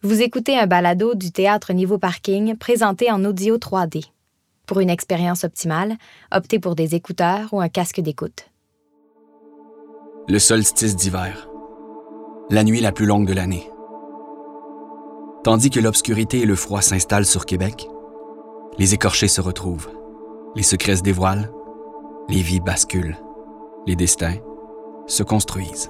Vous écoutez un balado du Théâtre Niveau Parking présenté en audio 3D. Pour une expérience optimale, optez pour des écouteurs ou un casque d'écoute. Le solstice d'hiver. La nuit la plus longue de l'année. Tandis que l'obscurité et le froid s'installent sur Québec, les écorchés se retrouvent, les secrets se dévoilent, les vies basculent, les destins se construisent.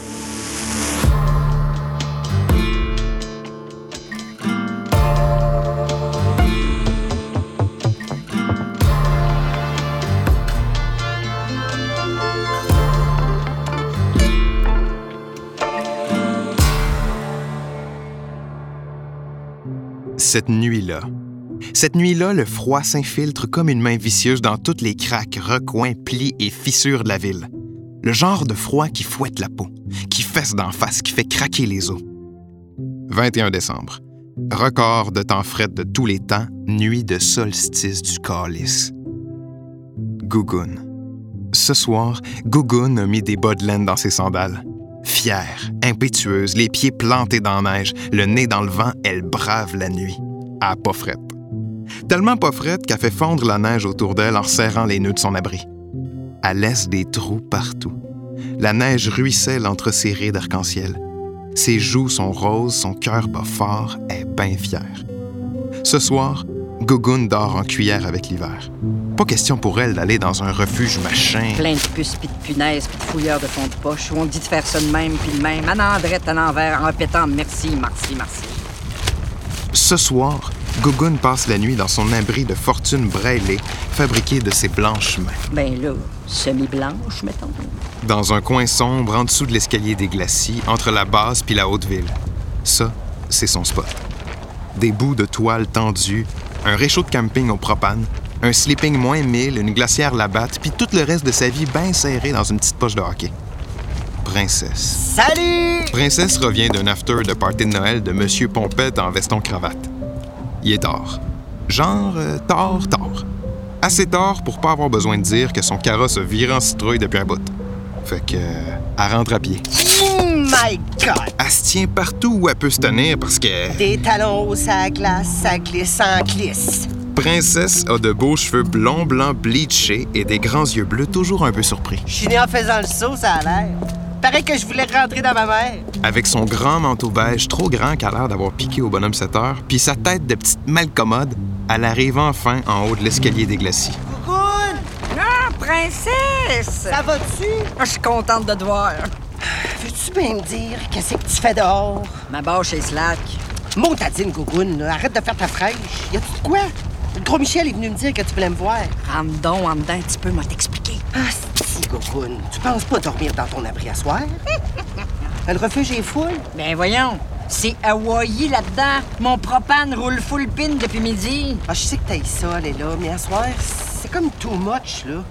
Cette nuit-là, le froid s'infiltre comme une main vicieuse dans toutes les craques, recoins, plis et fissures de la ville. Le genre de froid qui fouette la peau, qui fesse d'en face, qui fait craquer les os. 21 décembre. Record de temps fret de tous les temps, nuit de solstice du calice. Gougoune. Ce soir, Gougoune a mis des bas de laine dans ses sandales. Fière, impétueuse, les pieds plantés dans la neige, le nez dans le vent, elle brave la nuit. À pas frette. Tellement pas frette qu'elle fait fondre la neige autour d'elle en serrant les nœuds de son abri. Elle laisse des trous partout. La neige ruisselle entre ses rides d'arc-en-ciel. Ses joues sont roses, son cœur bat fort, elle est bien fière. Ce soir, Gougoune dort en cuillère avec l'hiver. Pas question pour elle d'aller dans un refuge machin. Plein de puces, pis de punaises, pis de fouilleurs de fond de poche, où on dit de faire ça de même, puis de même, à l'endrette, à l'envers, en répétant merci, merci, merci. Ce soir, Gougoune passe la nuit dans son abri de fortune braillée, fabriqué de ses blanches mains. Ben là, semi-blanche, mettons. Dans un coin sombre, en dessous de l'escalier des glacis, entre la base puis la haute ville. Ça, c'est son spot. Des bouts de toile tendus, un réchaud de camping au propane, un sleeping moins 1000, une glacière Labatt, puis tout le reste de sa vie bien serré dans une petite poche de hockey. Princesse. Salut! Princesse revient d'un after de party de Noël de Monsieur Pompette en veston-cravate. Il est tard. Genre tard. Assez tard pour pas avoir besoin de dire que son carrosse a viré en citrouille depuis un bout. Fait que... elle rentre à pied. Oh my God! Elle se tient partout où elle peut se tenir parce que... Des talons hauts à la glace, ça glisse en glisse. Princesse a de beaux cheveux blonds blancs bleachés et des grands yeux bleus toujours un peu surpris. Je suis né en faisant le saut, ça a l'air. Paraît que je voulais rentrer dans ma mère. Avec son grand manteau beige trop grand qu'elle a l'air d'avoir piqué au bonhomme 7 heures, puis sa tête de petite malcommode, elle arrive enfin en haut de l'escalier des glacis. Gougoune! Ah, princesse! Ça va-tu? Ah, je suis contente de te voir. Veux-tu bien me dire qu'est-ce que tu fais dehors? Ma bâche est slack. Montadine, Gougoune, là, arrête de faire ta fraîche. Y a-tu de quoi? Le gros Michel est venu me dire que tu voulais me voir. Rentre donc en dedans un petit peu, moi t'expliquer. Ah, si, Gougoune, tu penses pas dormir dans ton abri à soir? Le refuge est full. Ben voyons, c'est Hawaii là-dedans. Mon propane roule full pin depuis midi. Ah, je sais que t'as ça, elle est là, mais à soir, c'est comme too much, là.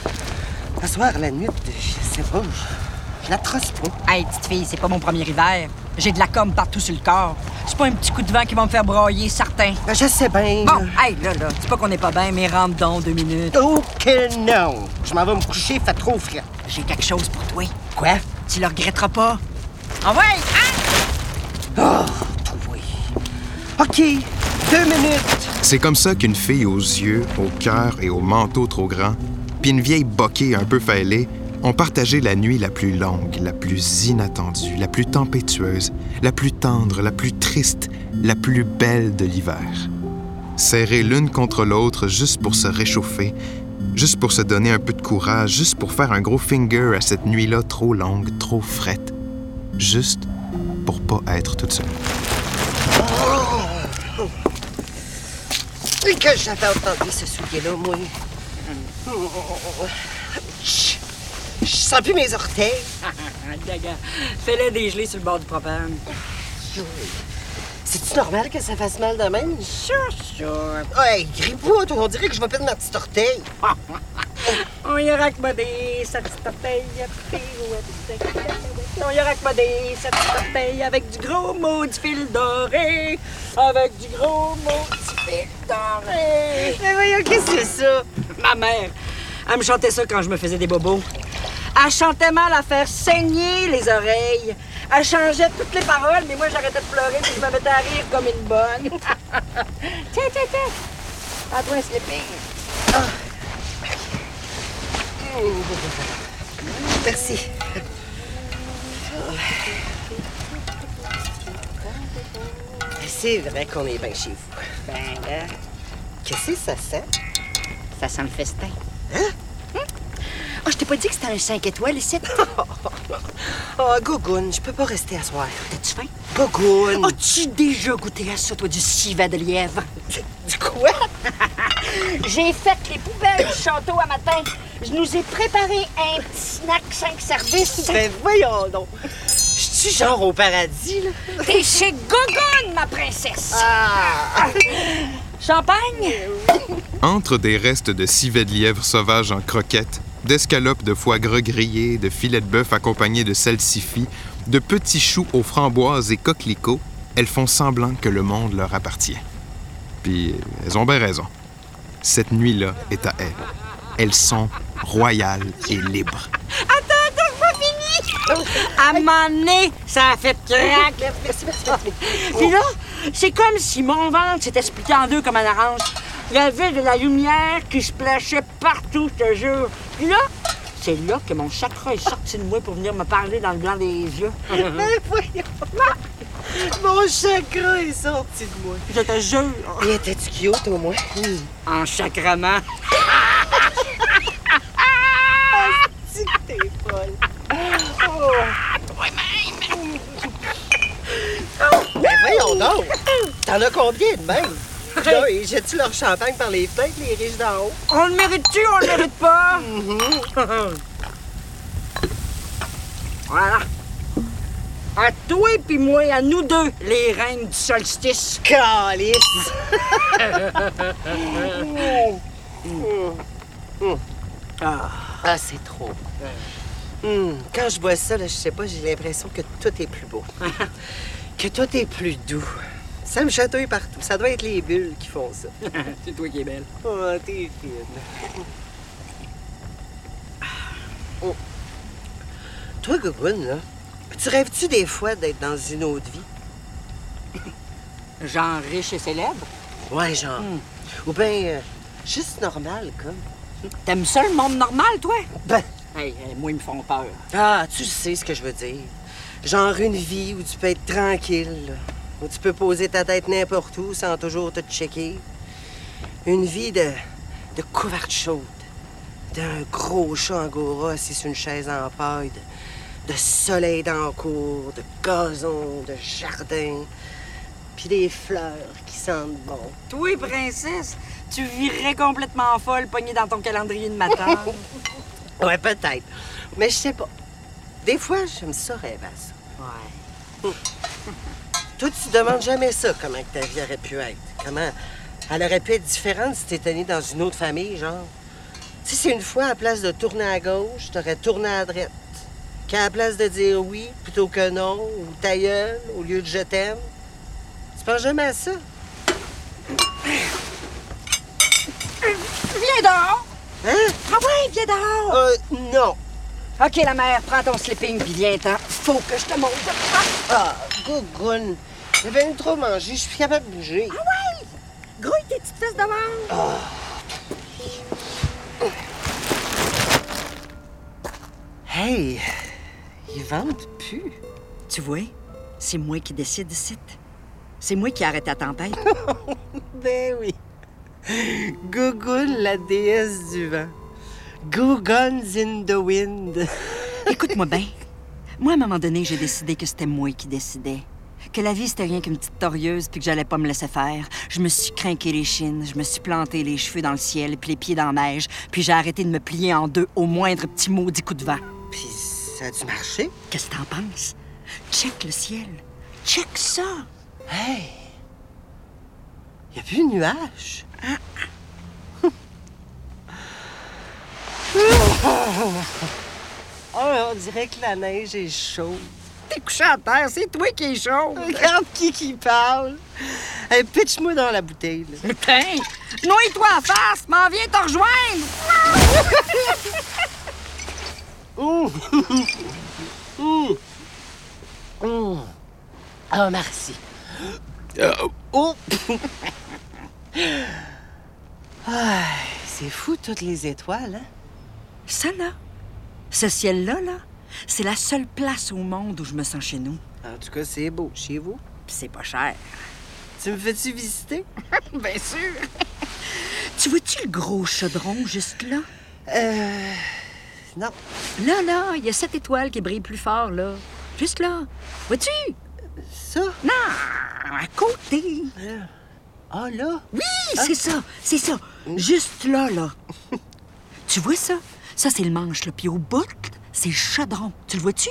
À soir, la nuit, je sais pas, je la trosse pas. Hey, petite fille, c'est pas mon premier hiver. J'ai de la com partout sur le corps. C'est pas un petit coup de vent qui va me faire broyer, certain. Ben, je sais bien. Bon, hey, là, c'est pas qu'on est pas bien, mais rentre donc 2 minutes. Oh que non! Je m'en vais me coucher, il fait trop frais. J'ai quelque chose pour toi. Quoi? Tu le regretteras pas. Ah ouais, hein? Oh, toi. OK, 2 minutes. C'est comme ça qu'une fille aux yeux, au cœur et au manteau trop grand, puis une vieille boquée un peu fêlée, ont partagé la nuit la plus longue, la plus inattendue, la plus tempétueuse, la plus tendre, la plus triste, la plus belle de l'hiver. Serrées l'une contre l'autre juste pour se réchauffer, juste pour se donner un peu de courage, juste pour faire un gros finger à cette nuit-là trop longue, trop frette, juste pour pas être toute seule. Et que j'avais entendu ce soulier-là, moi. Je sens plus mes orteils. Fais-le dégeler sur le bord du propane. C'est-tu normal que ça fasse mal de même? Sure. Hey, gris-moi, on dirait que je vais perdre ma petite orteil. On y a raccommodé sa petite orteil. On y a raccommodé sa petite orteil avec du gros maudit fil doré. Avec du gros maudit fil doré. Mais voyons, qu'est-ce que c'est ça? Ma mère, elle me chantait ça quand je me faisais des bobos. Elle chantait mal à faire saigner les oreilles. Elle changeait toutes les paroles, mais moi, j'arrêtais de pleurer puis je me mettais à rire comme une bonne. Tiens. Prends-toi un sleeping. Merci. C'est vrai qu'on est bien chez vous. Ben là, Qu'est-ce que ça sent? ça sent le festin. Hein? Oh, je t'ai pas dit que c'était un 5 étoiles ici? Oh, Gougoune, je peux pas rester à soir. T'as-tu faim? Gougoune! As-tu déjà goûté à ça, toi, du civet de lièvre? Du quoi? J'ai fait les poubelles du château à matin. Je nous ai préparé un petit snack 5 services. Ben voyons donc. Je suis genre au paradis, là. T'es chez Gougoune, ma princesse. Ah! Champagne? Entre des restes de civet de lièvre sauvage en croquettes, d'escalopes de foie gras grillés, de filets de bœuf accompagnés de salsifis, de petits choux aux framboises et coquelicots, elles font semblant que le monde leur appartient. Puis elles ont bien raison. Cette nuit-là est à elles. Elles sont royales et libres. À un moment donné, ça a fait crack. Puis là, c'est comme si mon ventre s'était splitté en deux comme un orange. Il y avait de la lumière qui se plachait partout, je te jure. Puis là, c'est là que mon chakra est sorti de moi pour venir me parler dans le blanc des yeux. Ben voyons. Mon chakra est sorti de moi. Je te jure. Et étais-tu cute au moins? En sacrement. Dis que t'es folle. Ben voyons donc! T'en as combien de même? Là, ils jettent-tu leur champagne par les fenêtres, les riches d'en haut? On le mérite-tu ou on le mérite pas? Voilà. À toi et moi, à nous deux, les reines du solstice. Calice! Ah, c'est trop. Quand je vois ça, là, je sais pas, j'ai l'impression que tout est plus beau. Que tout est plus doux. Ça me chatouille partout. Ça doit être les bulles qui font ça. C'est toi qui es belle. Oh, t'es fine. Oh. Toi, Gougoune, là, tu rêves-tu des fois d'être dans une autre vie? Genre riche et célèbre? Ouais, genre. Ou bien juste normal, comme. T'aimes ça le monde normal, toi? Ben, Hey, moi, ils me font peur. ah, tu sais ce que je veux dire. Genre une vie où tu peux être tranquille, là, où tu peux poser ta tête n'importe où sans toujours te checker. Une vie de couverte chaude, d'un gros chat angora assis sur une chaise en paille, de soleil dans la cour, de gazon, de jardin, puis des fleurs qui sentent bon. Toi, princesse, tu virais complètement folle pognée dans ton calendrier de matin. Ouais, peut-être. Mais je sais pas. Des fois, j'aime ça rêver à ça. Ouais. Toi, tu demandes jamais ça, comment que ta vie aurait pu être. Comment elle aurait pu être différente si t'étais né dans une autre famille, genre. Tu sais, c'est une fois, à la place de tourner à gauche, t'aurais tourné à droite. Qu'à la place de dire oui plutôt que non, ou ta gueule, au lieu de je t'aime. Tu penses jamais à ça? Viens dehors! Hein? Ah ouais, viens dehors! Non. OK, la mère, prends ton sleeping puis viens-t'en. Faut que je te montre. Ah, Gougoune. J'ai bien trop mangé, je suis capable de bouger. Ah ouais! Grouille tes petites fesses devant. Hey, ils vendent plus. Tu vois, c'est moi qui décide ici. C'est moi qui arrête la tempête. Ben oui. Gougoune, la déesse du vent. Gougone's in the wind. Écoute-moi bien. Moi, à un moment donné, j'ai décidé que c'était moi qui décidais. Que la vie, c'était rien qu'une petite torieuse puis que j'allais pas me laisser faire. Je me suis crinqué les chines, je me suis planté les cheveux dans le ciel puis les pieds dans la neige, puis j'ai arrêté de me plier en deux au moindre petit maudit coup de vent. Puis ça a dû marcher. Qu'est-ce que t'en penses? Check le ciel. Check ça. Hey! Y a plus de nuages. Oh, on dirait que la neige est chaude. T'es couché à terre, c'est toi qui es chaud. Regarde qui parle. Hey, pitch-moi dans la bouteille, là. Putain! Nouille-toi à face, m'en viens te rejoindre! Ah, merci. Oh! Ah, c'est fou, toutes les étoiles, hein? Ça, là, ce ciel-là, là, c'est la seule place au monde où je me sens chez nous. En tout cas, c'est beau. Chez vous? Puis c'est pas cher. Tu me fais-tu visiter? Bien sûr! Tu vois-tu le gros chaudron juste là? Non. Là, il y a 7 étoiles qui brillent plus fort, là. Juste là. Vois-tu? Ça? Non, à côté. Ah, là? Oui, c'est ça. Juste là, là. Tu vois ça? Ça, c'est le manche, là. Puis au bout, c'est le chaudron. Tu le vois-tu?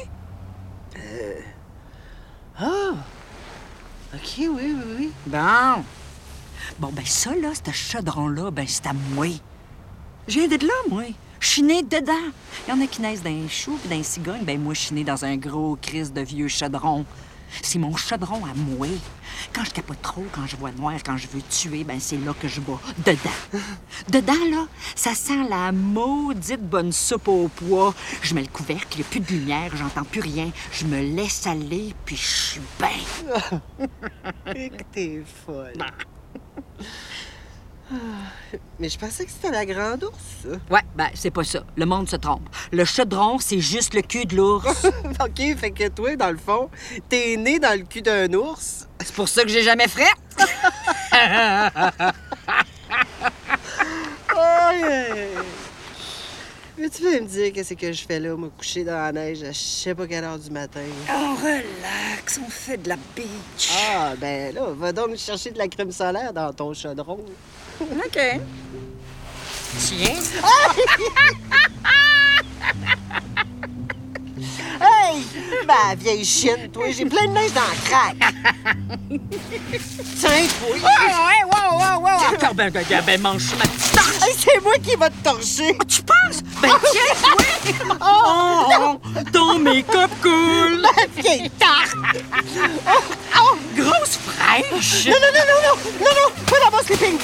Ah! OK, oui. Bon. Bon, ben ça, là, ce chaudron-là, ben c'est à moi. Je viens de là, moi. Je suis née dedans. Il y en a qui naissent dans un chou puis dans un cigogne. Ben moi, je suis née dans un gros crise de vieux chaudron. C'est mon chaudron à moi. Quand je capote trop, quand je vois noir, quand je veux tuer, ben c'est là que je bats. Dedans. Dedans, là, ça sent la maudite bonne soupe au pois. Je mets le couvercle, il n'y a plus de lumière, j'entends plus rien. Je me laisse aller, puis je suis bien. T'es folle. Mais je pensais que c'était la grande ours, ça. Ouais, ben c'est pas ça. Le monde se trompe. Le chaudron, c'est juste le cul de l'ours. OK, fait que toi, dans le fond, t'es né dans le cul d'un ours. C'est pour ça que j'ai jamais frette. Mais tu veux me dire qu'est-ce que je fais là, me coucher dans la neige à je sais pas quelle heure du matin? Oh, relax, on fait de la beach. Ah, ben là, va donc chercher de la crème solaire dans ton chaudron. OK. Tiens. Hey! Ma vieille chienne, toi, j'ai plein de neige dans la craque. Tiens, toi. Encore ben mange ma petite torche. Hey, c'est moi qui va te torcher. Tu penses? Ben tiens, oui. Oh, ton make-up cool. Ma vieille tarte. Grosse fraîche. Non, pas dans mon sleeping.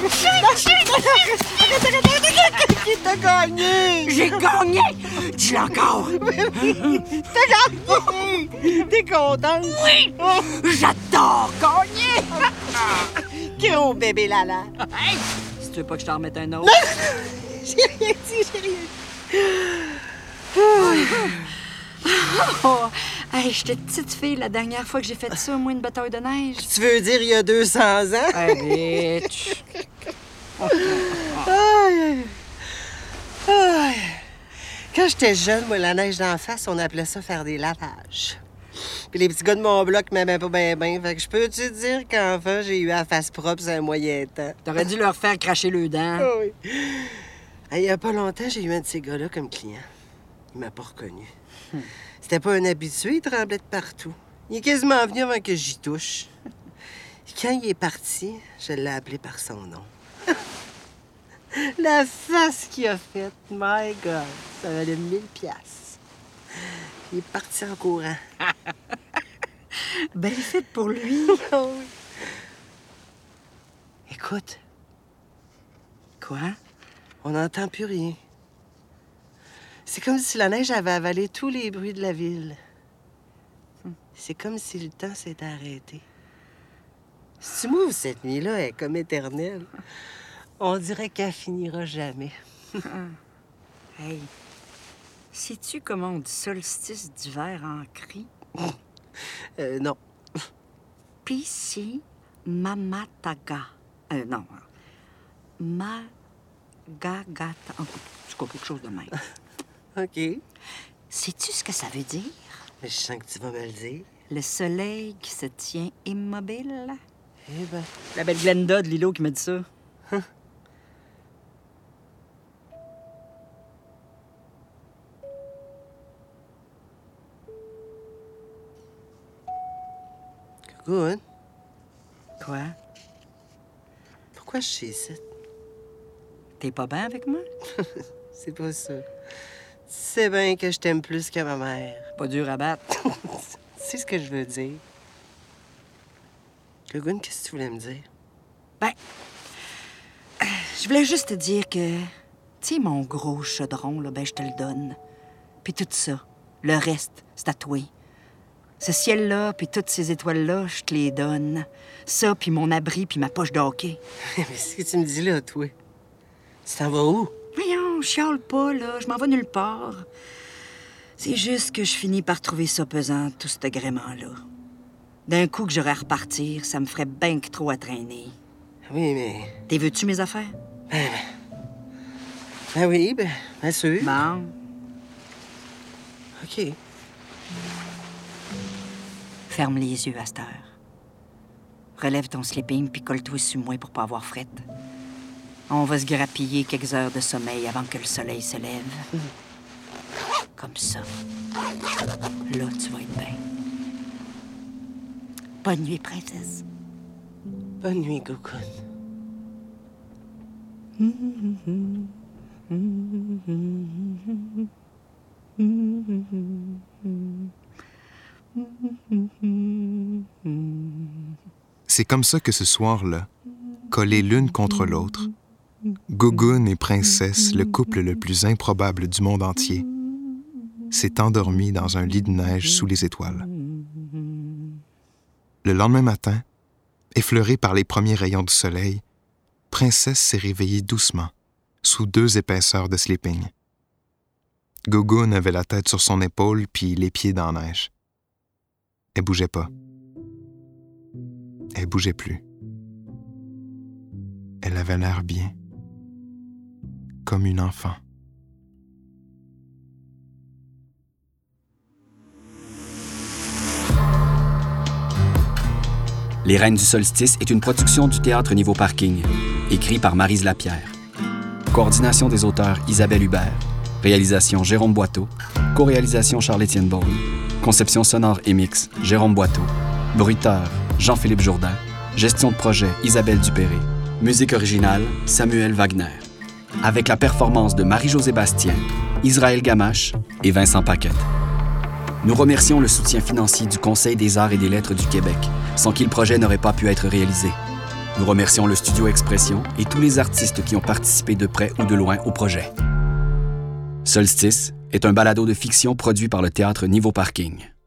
Arrête. Qui t'a gagné? J'ai gagné. Dis-le encore. T'as gagné. T'es contente? Oui. J'adore gagner. Gros bébé Lala. Hey, si tu veux pas que je t'en remette un autre. J'ai rien dit. Oh, hey, j'étais petite fille la dernière fois que j'ai fait ça, moi, une bataille de neige. Tu veux dire il y a 200 ans? Hey, bitch. Aïe. Quand j'étais jeune, moi, la neige d'en face, on appelait ça faire des lavages. Puis les petits gars de mon bloc m'aimaient pas bien. Fait que je peux te dire qu'enfin, j'ai eu la face propre sur un moyen temps. T'aurais dû leur faire cracher le dent. Ah oui. Il y a pas longtemps, j'ai eu un de ces gars-là comme client. Il m'a pas reconnu. C'était pas un habitué, il tremblait de partout. Il est quasiment venu avant que j'y touche. Quand il est parti, je l'ai appelé par son nom. La face qu'il a faite, my God, ça valait 1000 piastres. Il est parti en courant. Ben fait pour lui. Oh oui. Écoute, Quoi? on n'entend plus rien. C'est comme si la neige avait avalé tous les bruits de la ville. C'est comme si le temps s'était arrêté. Si tu m'ouvres cette nuit-là, elle est comme éternelle. On dirait qu'elle finira jamais. Hey, sais-tu comment on dit solstice d'hiver en cri? Non. Pisi mamataga. Non. Magagata. En tout cas, quelque chose de même. OK. Sais-tu ce que ça veut dire? Mais je sens que tu vas me le dire. Le soleil qui se tient immobile? Eh ben, La belle Glenda de Lilo qui m'a dit ça. good. Quoi? Pourquoi je suis ici? T'es pas bien avec moi? C'est pas ça. Tu sais bien que je t'aime plus que ma mère. Pas dur à battre. C'est ce que je veux dire. Gogun, qu'est-ce que tu voulais me dire? Ben, je voulais juste te dire que, tu sais, mon gros chaudron, là, ben, je te le donne. Puis tout ça, le reste, c'est à toi. Ce ciel-là, puis toutes ces étoiles-là, je te les donne. Ça, puis mon abri, puis ma poche de hockey. Mais ce que tu me dis là, toi? Tu t'en vas où? Voyons, chiale pas, là. Je m'en vais nulle part. C'est juste que je finis par trouver ça pesant, tout ce gréement-là. D'un coup que j'aurais à repartir, ça me ferait ben que trop à traîner. Oui, mais... T'es veux-tu mes affaires? Ben oui, bien sûr. Bon. OK. Ferme les yeux à cette heure. Relève ton sleeping puis colle-toi sur moi pour pas avoir frette. On va se grappiller quelques heures de sommeil avant que le soleil se lève. Comme ça. Là, tu vas être bien. Bonne nuit, princesse. Bonne nuit, Cocoon. C'est comme ça que ce soir-là, collés l'une contre l'autre, Gougoune et Princesse, le couple le plus improbable du monde entier, s'est endormi dans un lit de neige sous les étoiles. Le lendemain matin, effleurée par les premiers rayons du soleil, Princesse s'est réveillée doucement, sous 2 épaisseurs de sleeping. Gougoune avait la tête sur son épaule puis les pieds dans la neige. Elle bougeait pas. Elle bougeait plus. Elle avait l'air bien, comme une enfant. Les Reines du Solstice est une production du Théâtre Niveau Parking, écrit par Maryse Lapierre. Coordination des auteurs Isabelle Hubert, réalisation Jérôme Boiteau, co-réalisation Charles-Étienne Beaune, conception sonore et mix Jérôme Boiteau, bruiteur Jean-Philippe Jourdain, gestion de projet Isabelle Dupéré, musique originale Samuel Wagner, avec la performance de Marie-Josée Bastien, Israël Gamache et Vincent Paquette. Nous remercions le soutien financier du Conseil des arts et des lettres du Québec, sans qui le projet n'aurait pas pu être réalisé. Nous remercions le Studio Expression et tous les artistes qui ont participé de près ou de loin au projet. Solstice est un balado de fiction produit par le Théâtre Niveau Parking.